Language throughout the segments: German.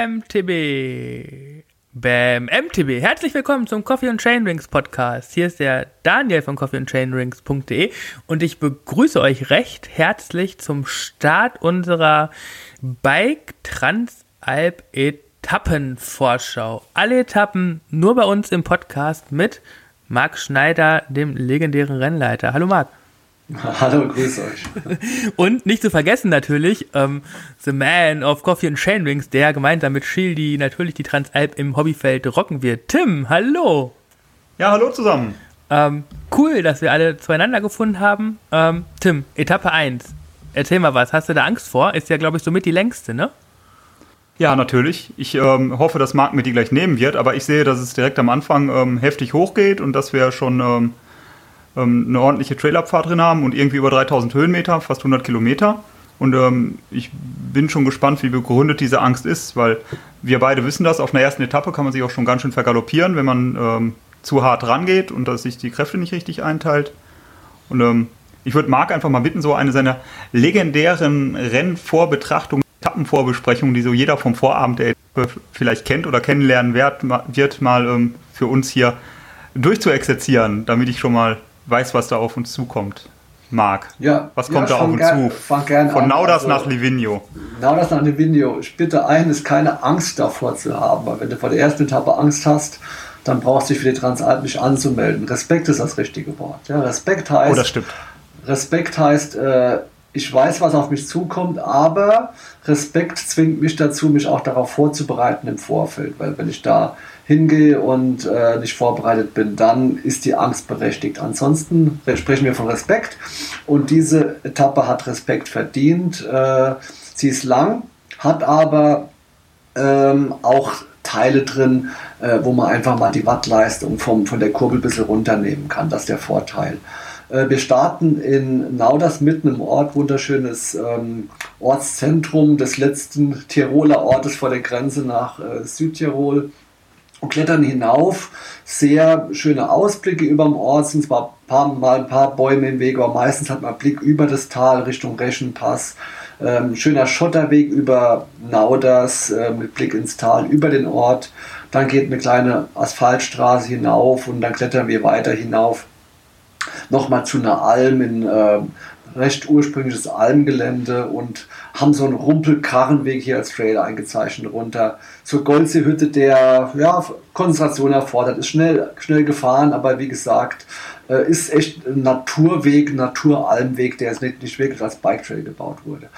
MTB. Bam, MTB. Herzlich willkommen zum Coffee and Chainrings Podcast. Hier ist der Daniel von coffeeandchainrings.de und ich begrüße euch recht herzlich zum Start unserer Bike Transalp Etappenvorschau. Alle Etappen nur bei uns im Podcast mit Marc Schneider, dem legendären Rennleiter. Hallo Marc. Hallo, grüß euch. Und nicht zu vergessen natürlich, the man of Coffee and Chainrings, der gemeinsam mit Schildi natürlich die Transalp im Hobbyfeld rocken wird. Tim, hallo. Ja, hallo zusammen. Cool, dass wir alle zueinander gefunden haben. Tim, Etappe 1. Erzähl mal was, hast du da Angst vor? Ist ja, glaube ich, somit die längste, ne? Ja, natürlich. Ich hoffe, dass Marc mir die gleich nehmen wird, aber ich sehe, dass es direkt am Anfang heftig hochgeht und dass wir schon eine ordentliche Trailabfahrt drin haben und irgendwie über 3000 Höhenmeter, fast 100 Kilometer. Und ich bin schon gespannt, wie begründet diese Angst ist, weil wir beide wissen das, auf einer ersten Etappe kann man sich auch schon ganz schön vergaloppieren, wenn man zu hart rangeht und dass sich die Kräfte nicht richtig einteilt. Und ich würde Marc einfach mal bitten, so eine seiner legendären Rennvorbetrachtungen, Etappenvorbesprechungen, die so jeder vom Vorabend der Etappe vielleicht kennt oder kennenlernen wird mal für uns hier durchzuexerzieren, damit ich schon mal weiß, was da auf uns zukommt. Marc, ja, was kommt da auf uns zu? Von Nauders nach Livigno. Nauders nach Livigno. Ich bitte ein, ist keine Angst davor zu haben, weil wenn du vor der ersten Etappe Angst hast, dann brauchst du dich für die Transalp nicht anzumelden. Respekt ist das richtige Wort. Ja, Respekt heißt, das stimmt. Respekt heißt, ich weiß, was auf mich zukommt, aber Respekt zwingt mich dazu, mich auch darauf vorzubereiten im Vorfeld, weil wenn ich da hingehe und nicht vorbereitet bin, dann ist die Angst berechtigt. Ansonsten sprechen wir von Respekt und diese Etappe hat Respekt verdient. Sie ist lang, hat aber auch Teile drin, wo man einfach mal die Wattleistung von der Kurbel ein bisschen runternehmen kann. Das ist der Vorteil. Wir starten in Nauders, mitten im Ort, wunderschönes Ortszentrum des letzten Tiroler Ortes vor der Grenze nach Südtirol. Und klettern hinauf, sehr schöne Ausblicke über dem Ort, sind zwar ein paar Bäume im Weg, aber meistens hat man Blick über das Tal Richtung Reschenpass. Schöner Schotterweg über Nauders mit Blick ins Tal über den Ort. Dann geht eine kleine Asphaltstraße hinauf und dann klettern wir weiter hinauf. Nochmal zu einer Alm in recht ursprüngliches Almgelände und haben so einen Rumpelkarrenweg hier als Trail eingezeichnet runter zur Goldseehütte, der Konzentration erfordert, ist schnell gefahren, aber wie gesagt, ist echt ein Naturweg, Naturalmweg, der jetzt nicht wirklich als Bike Trail gebaut wurde.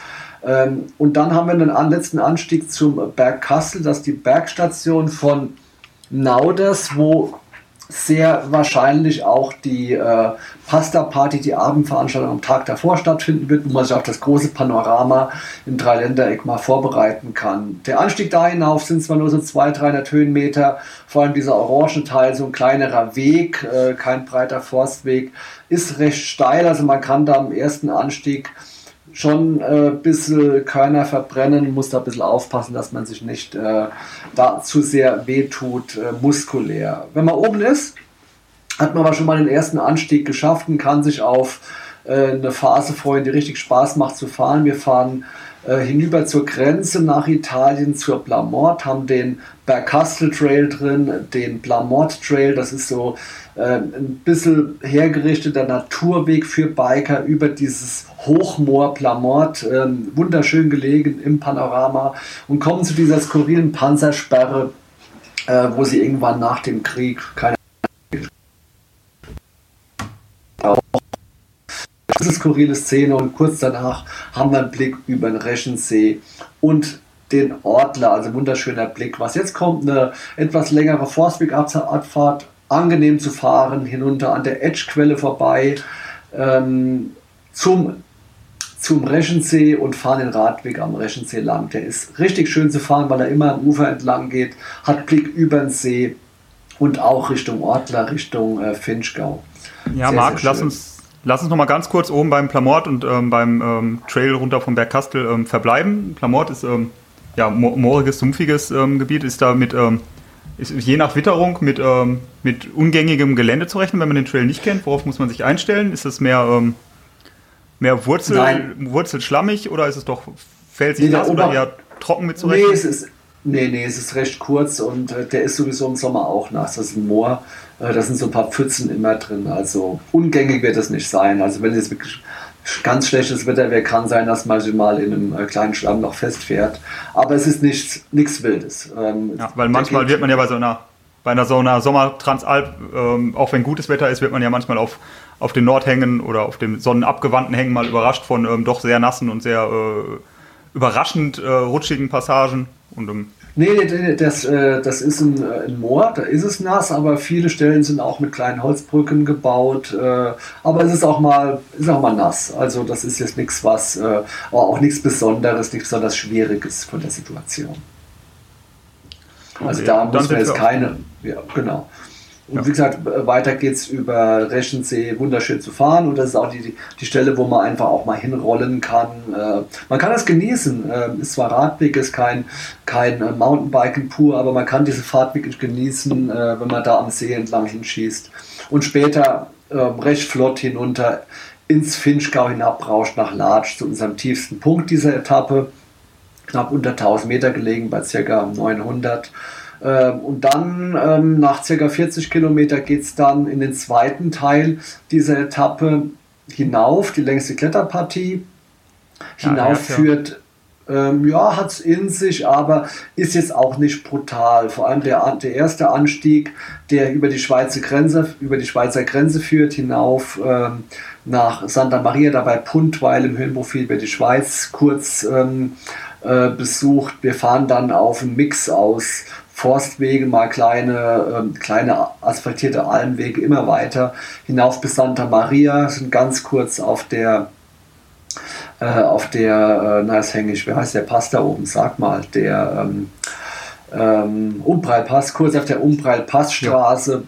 Und dann haben wir einen letzten Anstieg zum Berg Kastel, das ist die Bergstation von Nauders, wo sehr wahrscheinlich auch die Pasta-Party, die Abendveranstaltung am Tag davor stattfinden wird, wo man sich auf das große Panorama im Dreiländereck mal vorbereiten kann. Der Anstieg da hinauf sind zwar nur so 200-300 Höhenmeter, vor allem dieser orange Teil, so ein kleinerer Weg, kein breiter Forstweg, ist recht steil, also man kann da am ersten Anstieg schon ein bisschen Körner verbrennen, muss da ein bisschen aufpassen, dass man sich nicht da zu sehr wehtut, muskulär. Wenn man oben ist, hat man aber schon mal den ersten Anstieg geschafft und kann sich auf eine Phase freuen, die richtig Spaß macht zu fahren. Wir fahren hinüber zur Grenze nach Italien, zur Blamort, haben den Bergkastel Trail drin, den Blamort Trail, das ist so ein bisschen hergerichteter Naturweg für Biker über dieses Hochmoor Blamort, wunderschön gelegen im Panorama und kommen zu dieser skurrilen Panzersperre, wo sie irgendwann nach dem Krieg diese skurrile Szene und kurz danach haben wir einen Blick über den Reschensee und den Ortler, also wunderschöner Blick. Was jetzt kommt, eine etwas längere Forstwegabfahrt, angenehm zu fahren, hinunter an der Etschquelle vorbei zum Reschensee und fahren den Radweg am Reschensee lang. Der ist richtig schön zu fahren, weil er immer am Ufer entlang geht, hat Blick über den See und auch Richtung Ortler, Richtung Finchgau. Ja, sehr, Marc, sehr lass uns noch mal ganz kurz oben beim Plamort und beim Trail runter vom Berg Kastel verbleiben. Plamort ist mooriges, sumpfiges Gebiet, ist da ist je nach Witterung mit ungängigem Gelände zu rechnen, wenn man den Trail nicht kennt. Worauf muss man sich einstellen? Ist es mehr wurzelschlammig oder ist es doch felsig nass oder eher trocken mitzurechnen? Nee, Nee, es ist recht kurz und der ist sowieso im Sommer auch nass. Das ist ein Moor, da sind so ein paar Pfützen immer drin. Also ungängig wird es nicht sein. Also wenn jetzt wirklich ganz schlechtes Wetter wäre, kann sein, dass man sich mal in einem kleinen Schlammloch festfährt. Aber es ist nichts Wildes. Ja, weil manchmal wird man ja bei so einer Sommertransalp, auch wenn gutes Wetter ist, wird man ja manchmal auf den Nordhängen oder auf den sonnenabgewandten Hängen mal überrascht von doch sehr nassen und sehr überraschend rutschigen Passagen. Und, Nee, das ist ein Moor, da ist es nass, aber viele Stellen sind auch mit kleinen Holzbrücken gebaut. Aber es ist auch mal nass. Also das ist jetzt nichts, auch nichts Besonderes, nichts besonders Schwieriges von der Situation. Also da muss man jetzt keine. Ja, genau. Und wie gesagt, weiter geht es über Reschensee, wunderschön zu fahren. Und das ist auch die Stelle, wo man einfach auch mal hinrollen kann. Man kann das genießen. Ist zwar Radweg, ist kein Mountainbiken pur, aber man kann diese Fahrt wirklich genießen, wenn man da am See entlang hinschießt. Und später recht flott hinunter ins Vinschgau hinabrauscht nach Latsch zu unserem tiefsten Punkt dieser Etappe. Knapp unter 1000 Meter gelegen, bei ca. 900. Und dann nach ca. 40 Kilometer geht es dann in den zweiten Teil dieser Etappe hinauf, die längste Kletterpartie. Führt, hat es in sich, aber ist jetzt auch nicht brutal. Vor allem der erste Anstieg, der über die Schweizer Grenze führt, hinauf nach Santa Maria, dabei Puntweil im Höhenprofil über die Schweiz kurz besucht. Wir fahren dann auf einen Mix aus Forstwegen, mal kleine asphaltierte Almwege, immer weiter hinauf bis Santa Maria, sind ganz kurz auf der jetzt hänge ich, wie heißt der Pass da oben, sag mal, der Umprallpass, kurz auf der Umprallpassstraße,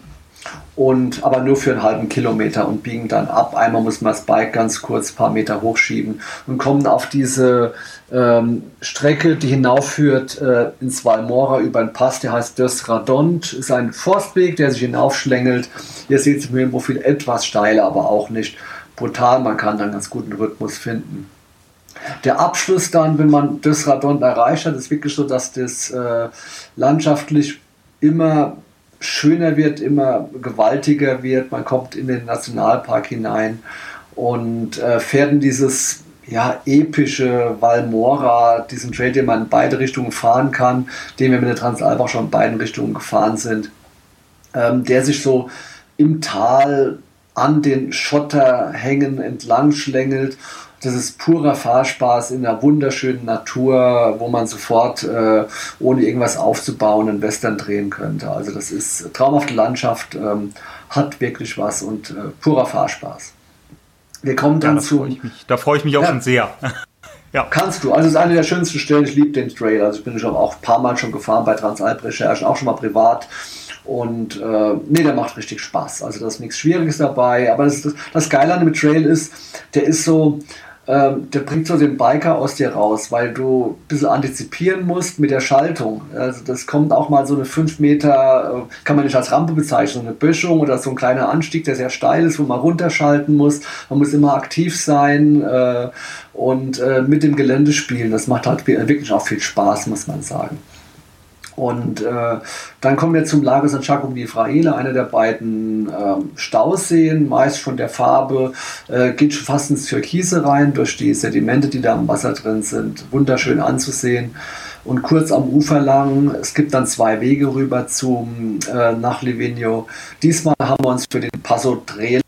aber nur für einen halben Kilometer und biegen dann ab. Einmal muss man das Bike ganz kurz ein paar Meter hochschieben und kommen auf diese Strecke, die hinaufführt ins Valmora über einen Pass, der heißt Dös Radont, ist ein Forstweg, der sich hinaufschlängelt. Ihr seht es im Höhenprofil etwas steiler, aber auch nicht brutal. Man kann dann ganz guten Rhythmus finden. Der Abschluss dann, wenn man Dös Radont erreicht hat, ist wirklich so, dass das landschaftlich immer schöner wird, immer gewaltiger wird. Man kommt in den Nationalpark hinein und fährt in dieses epische Valmora, diesen Trail, den man in beide Richtungen fahren kann, den wir mit der Transalp auch schon in beiden Richtungen gefahren sind, der sich so im Tal an den Schotterhängen entlang schlängelt. Das ist purer Fahrspaß in einer wunderschönen Natur, wo man sofort, ohne irgendwas aufzubauen, einen Western drehen könnte. Also das ist traumhafte Landschaft, hat wirklich was und purer Fahrspaß. Wir kommen dann da freue ich mich auch schon sehr. Ja. Kannst du. Also es ist eine der schönsten Stellen. Ich liebe den Trail. Also ich bin schon auch ein paar Mal schon gefahren bei Transalp-Recherchen, auch schon mal privat. Und der macht richtig Spaß. Also da ist nichts Schwieriges dabei. Aber das Geile an dem Trail ist, der ist so, der bringt so den Biker aus dir raus, weil du ein bisschen antizipieren musst mit der Schaltung. Also das kommt auch mal so eine 5 Meter, kann man nicht als Rampe bezeichnen, so eine Böschung oder so ein kleiner Anstieg, der sehr steil ist, wo man runterschalten muss. Man muss immer aktiv sein und mit dem Gelände spielen. Das macht halt wirklich auch viel Spaß, muss man sagen. Und dann kommen wir zum Lago San Giacomo di Fraele, einer der beiden Stauseen, meist von der Farbe, geht schon fast ins Türkise rein, durch die Sedimente, die da im Wasser drin sind, wunderschön anzusehen. Und kurz am Ufer lang, es gibt dann 2 Wege rüber nach Livigno. Diesmal haben wir uns für den Passo Trela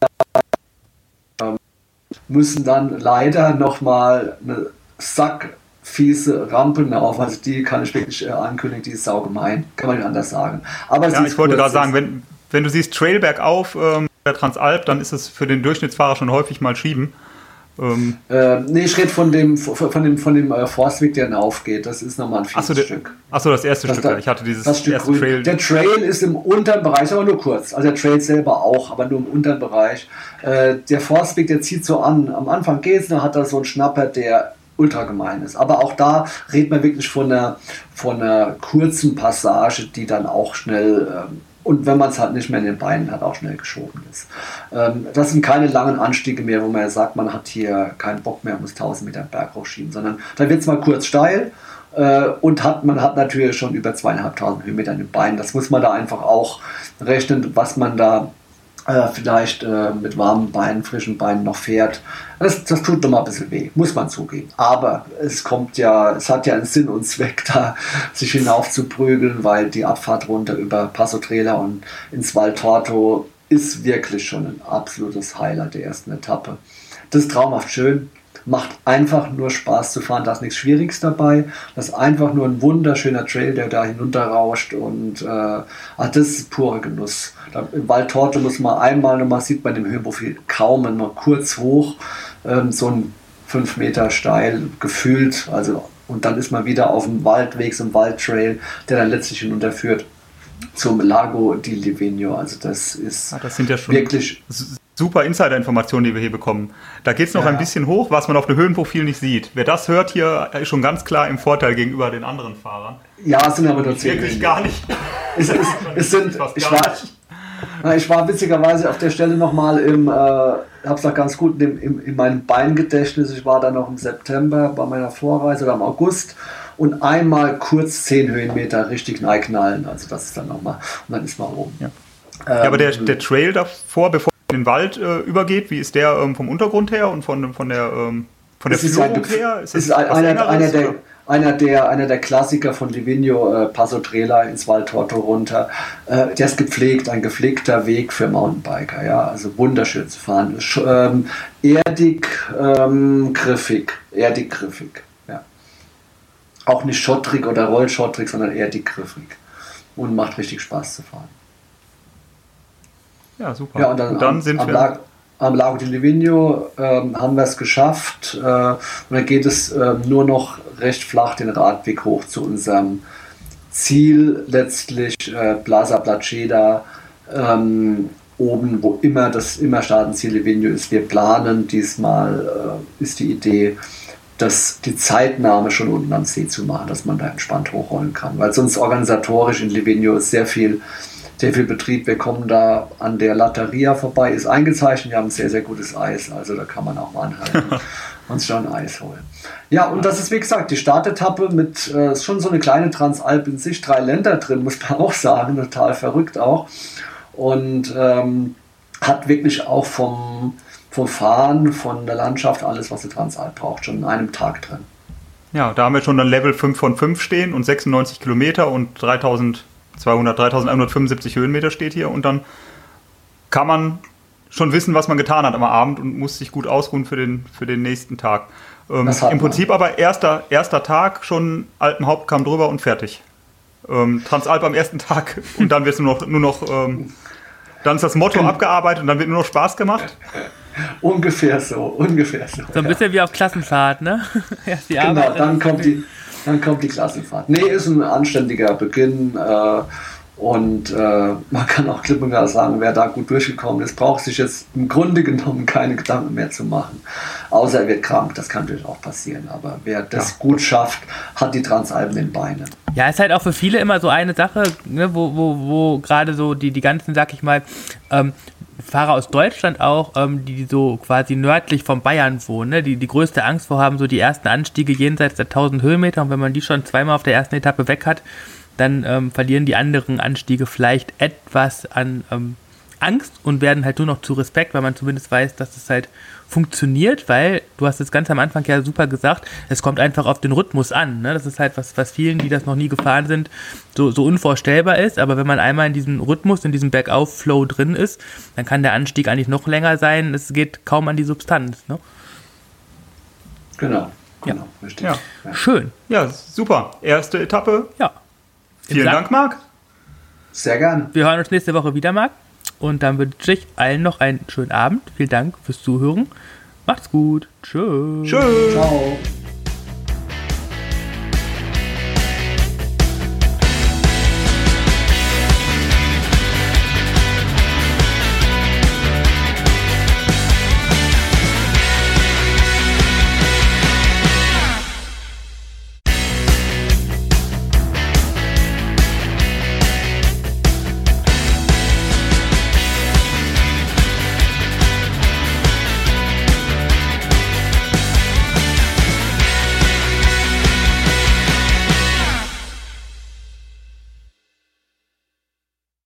müssen dann leider nochmal eine fiese Rampen auf, also die kann ich wirklich ankündigen, die ist saugemein, kann man nicht anders sagen. Aber ich wollte gerade sagen, wenn du siehst Trail bergauf der Transalp, dann ist es für den Durchschnittsfahrer schon häufig mal schieben. Ich rede von dem Forstweg, der hinaufgeht. Das ist nochmal ein viertes Stück. Achso, das erste Stück. Ich hatte dieses erste Trail. Der Trail ist im unteren Bereich, aber nur kurz. Also der Trail selber auch, aber nur im unteren Bereich. Der Forstweg, der zieht so an. Am Anfang geht's, dann hat er so einen Schnapper, der ultra gemein ist. Aber auch da redet man wirklich von einer kurzen Passage, die dann auch schnell, und wenn man es halt nicht mehr in den Beinen hat, auch schnell geschoben ist. Das sind keine langen Anstiege mehr, wo man sagt, man hat hier keinen Bock mehr, muss 1000 Meter Berg hochschieben, sondern da wird es mal kurz steil Und man hat natürlich schon über 2500 Höhenmeter in den Beinen. Das muss man da einfach auch rechnen, was man da vielleicht mit warmen Beinen, frischen Beinen noch fährt. Das tut noch mal ein bisschen weh, muss man zugeben. Aber es hat ja einen Sinn und Zweck, da sich hinauf zu prügeln, weil die Abfahrt runter über Passo Trela und ins Val Torto ist wirklich schon ein absolutes Highlight der ersten Etappe. Das ist traumhaft schön. Macht einfach nur Spaß zu fahren, da ist nichts Schwieriges dabei. Das ist einfach nur ein wunderschöner Trail, der da hinunterrauscht und das ist purer Genuss. Im Val Torto muss man einmal, nochmal sieht man im Höhenprofil kaum, nur kurz hoch, so ein 5 Meter steil gefühlt, und dann ist man wieder auf dem Waldweg, so einem Waldtrail, der dann letztlich hinunterführt zum Lago di Livigno. Also das ist das sind ja schon wirklich super Insider-Informationen, die wir hier bekommen. Da geht es noch ein bisschen hoch, was man auf dem Höhenprofil nicht sieht. Wer das hört hier, ist schon ganz klar im Vorteil gegenüber den anderen Fahrern. Ja, es sind aber nur 10 Wirklich gar nicht. Ich war witzigerweise auf der Stelle nochmal hab's noch ganz gut in meinem Beingedächtnis. Ich war da noch im September bei meiner Vorreise oder im August und einmal kurz 10 Höhenmeter richtig neiknallen. Also das ist dann nochmal, und dann ist man oben. Ja. Aber der Trail davor, bevor in den Wald übergeht, wie ist der vom Untergrund her und von der Führung her? Es ist einer der Klassiker von Livigno, Passo Trela ins Val Torto runter. Der ist gepflegt, ein gepflegter Weg für Mountainbiker. Ja? Also wunderschön zu fahren. Erdig, griffig. Ja. Auch nicht schottrig oder rollschottrig, sondern erdig, griffig. Und macht richtig Spaß zu fahren. Ja, super. Ja, und dann sind wir am Lago di Livigno, haben wir es geschafft. Und dann geht es nur noch recht flach den Radweg hoch zu unserem Ziel, letztlich Plaza Placeda, oben, wo immer Startenziel Livigno ist. Wir planen diesmal, ist die Idee, die Zeitnahme schon unten am See zu machen, dass man da entspannt hochrollen kann. Weil sonst organisatorisch in Livigno ist sehr viel Betrieb. Wir kommen da an der Latteria vorbei, ist eingezeichnet, wir haben sehr, sehr gutes Eis, also da kann man auch mal anhalten und sich schon ein Eis holen. Ja, und das ist, wie gesagt, die Startetappe mit schon so eine kleine Transalp in sich, 3 Länder drin, muss man auch sagen, total verrückt auch. Und hat wirklich auch vom Fahren, von der Landschaft, alles, was die Transalp braucht, schon in einem Tag drin. Ja, da haben wir schon dann Level 5 von 5 stehen und 96 Kilometer und 3175 Höhenmeter steht hier, und dann kann man schon wissen, was man getan hat am Abend und muss sich gut ausruhen für den nächsten Tag. Im Prinzip aber erster Tag, schon Alpenhauptkamm drüber und fertig. Transalp am ersten Tag und dann wird es nur noch dann ist das Motto abgearbeitet und dann wird nur noch Spaß gemacht. Ungefähr so. So ein bisschen wie auf Klassenfahrt, ne? Erst die Arbeit, dann kommt die Klassenfahrt. Nee, ist ein anständiger Beginn und man kann auch klipp und klar sagen, wer da gut durchgekommen ist, braucht sich jetzt im Grunde genommen keine Gedanken mehr zu machen. Außer er wird krank, das kann natürlich auch passieren. Aber wer das gut schafft, hat die Transalpen in den Beinen. Ja, ist halt auch für viele immer so eine Sache, ne, wo gerade so die ganzen, sag ich mal, Fahrer aus Deutschland auch, die so quasi nördlich von Bayern wohnen, ne, die größte Angst vor haben, so die ersten Anstiege jenseits der 1000 Höhenmeter, und wenn man die schon zweimal auf der ersten Etappe weg hat, dann verlieren die anderen Anstiege vielleicht etwas an Angst und werden halt nur noch zu Respekt, weil man zumindest weiß, dass es halt funktioniert, weil, du hast es ganz am Anfang ja super gesagt, es kommt einfach auf den Rhythmus an, ne? Das ist halt was vielen, die das noch nie gefahren sind, so unvorstellbar ist, aber wenn man einmal in diesem Rhythmus, in diesem Bergauf-Flow drin ist, dann kann der Anstieg eigentlich noch länger sein, es geht kaum an die Substanz, ne? Genau, ja. Richtig. Ja. Schön. Ja, super. Erste Etappe. Ja. Vielen Dank, Marc. Sehr gerne. Wir hören uns nächste Woche wieder, Marc. Und dann wünsche ich allen noch einen schönen Abend. Vielen Dank fürs Zuhören. Macht's gut. Tschüss. Tschüss. Ciao.